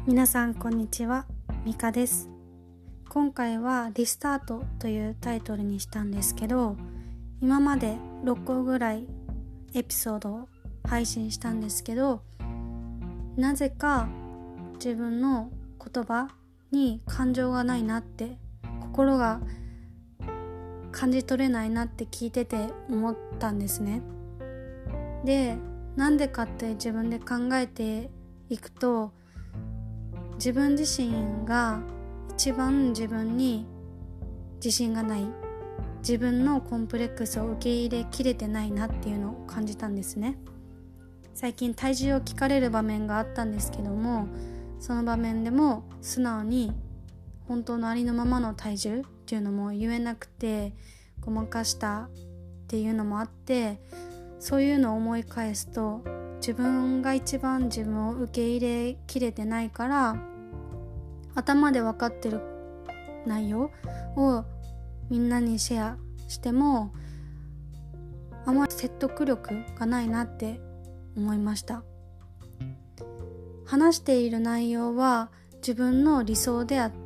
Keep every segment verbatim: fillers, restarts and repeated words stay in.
皆さんこんにちは、ミカです。今回はリスタートというタイトルにしたんですけど、今までろっこぐらいエピソードを配信したんですけど、なぜか自分の言葉に感情がないなって、心が感じ取れないなって聞いてて思ったんですね。で、なんでかって自分で考えていくと、自分自身が一番自分に自信がない、自分のコンプレックスを受け入れきれてないなっていうのを感じたんですね。最近体重を聞かれる場面があったんですけども、その場面でも素直に本当のありのままの体重っていうのも言えなくて、ごまかしたっていうのもあって、そういうのを思い返すと、自分が一番自分を受け入れきれてないから、頭で分かってる内容をみんなにシェアしてもあまり説得力がないなって思いました。話している内容は自分の理想であって、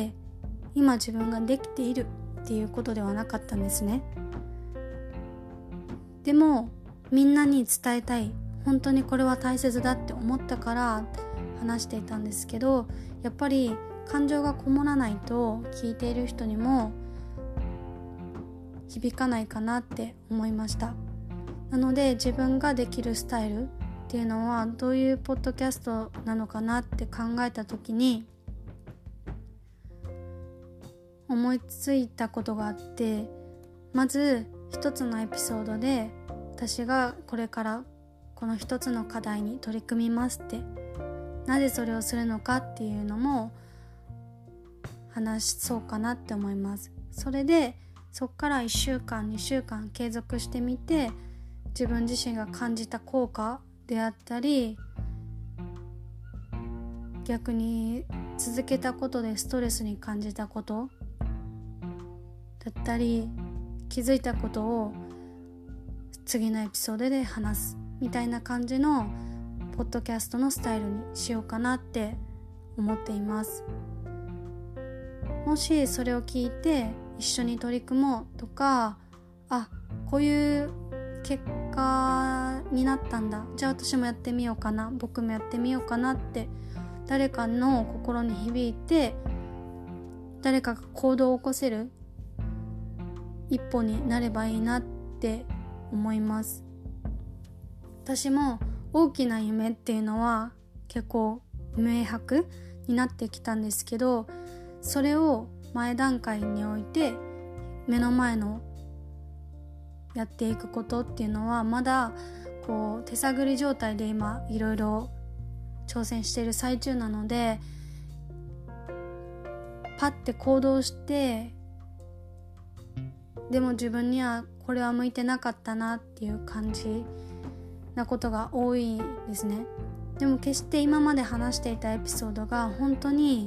今自分ができているっていうことではなかったんですね。でもみんなに伝えたい、本当にこれは大切だって思ったから話していたんですけど、やっぱり感情がこもらないと聞いている人にも響かないかなって思いました。なので自分ができるスタイルっていうのはどういうポッドキャストなのかなって考えた時に思いついたことがあって、まず一つのエピソードで私がこれからこの一つの課題に取り組みますって、なぜそれをするのかっていうのも話そうかなって思います。それでそこからいっしゅうかんにしゅうかん継続してみて、自分自身が感じた効果であったり、逆に続けたことでストレスに感じたことだったり、気づいたことを次のエピソードで話すみたいな感じのポッドキャストのスタイルにしようかなって思っています。もしそれを聞いて一緒に取り組もうとか、あ、こういう結果になったんだ、じゃあ私もやってみようかな、僕もやってみようかなって誰かの心に響いて、誰かが行動を起こせる一歩になればいいなって思います。私も大きな夢っていうのは結構明白になってきたんですけど、それを前段階において目の前のやっていくことっていうのはまだこう手探り状態で今いろいろ挑戦している最中なので、パッて行動してでも自分にはこれは向いてなかったなっていう感じなことが多いですね。でも決して今まで話していたエピソードが本当に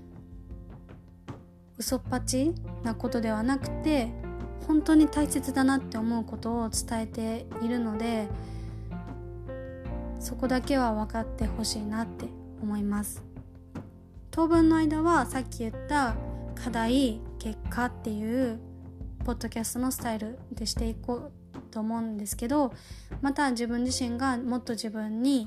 嘘っぱちなことではなくて、本当に大切だなって思うことを伝えているので、そこだけは分かってほしいなって思います。当分の間はさっき言った課題結果っていうポッドキャストのスタイルでしていこうと思うんですけど、また自分自身がもっと自分に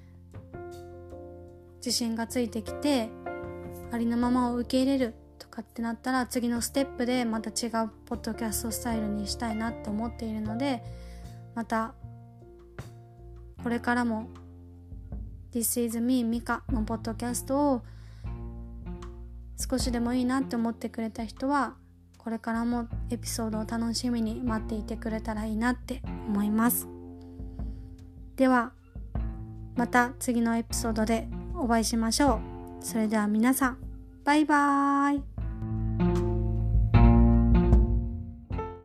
自信がついてきて、ありのままを受け入れるとかってなったら、次のステップでまた違うポッドキャストスタイルにしたいなって思っているので、またこれからも This is me ミカのポッドキャストを少しでもいいなって思ってくれた人は、これからもエピソードを楽しみに待っていてくれたらいいなって思います。ではまた次のエピソードでお会いしましょう。それでは皆さん、バイバーイ。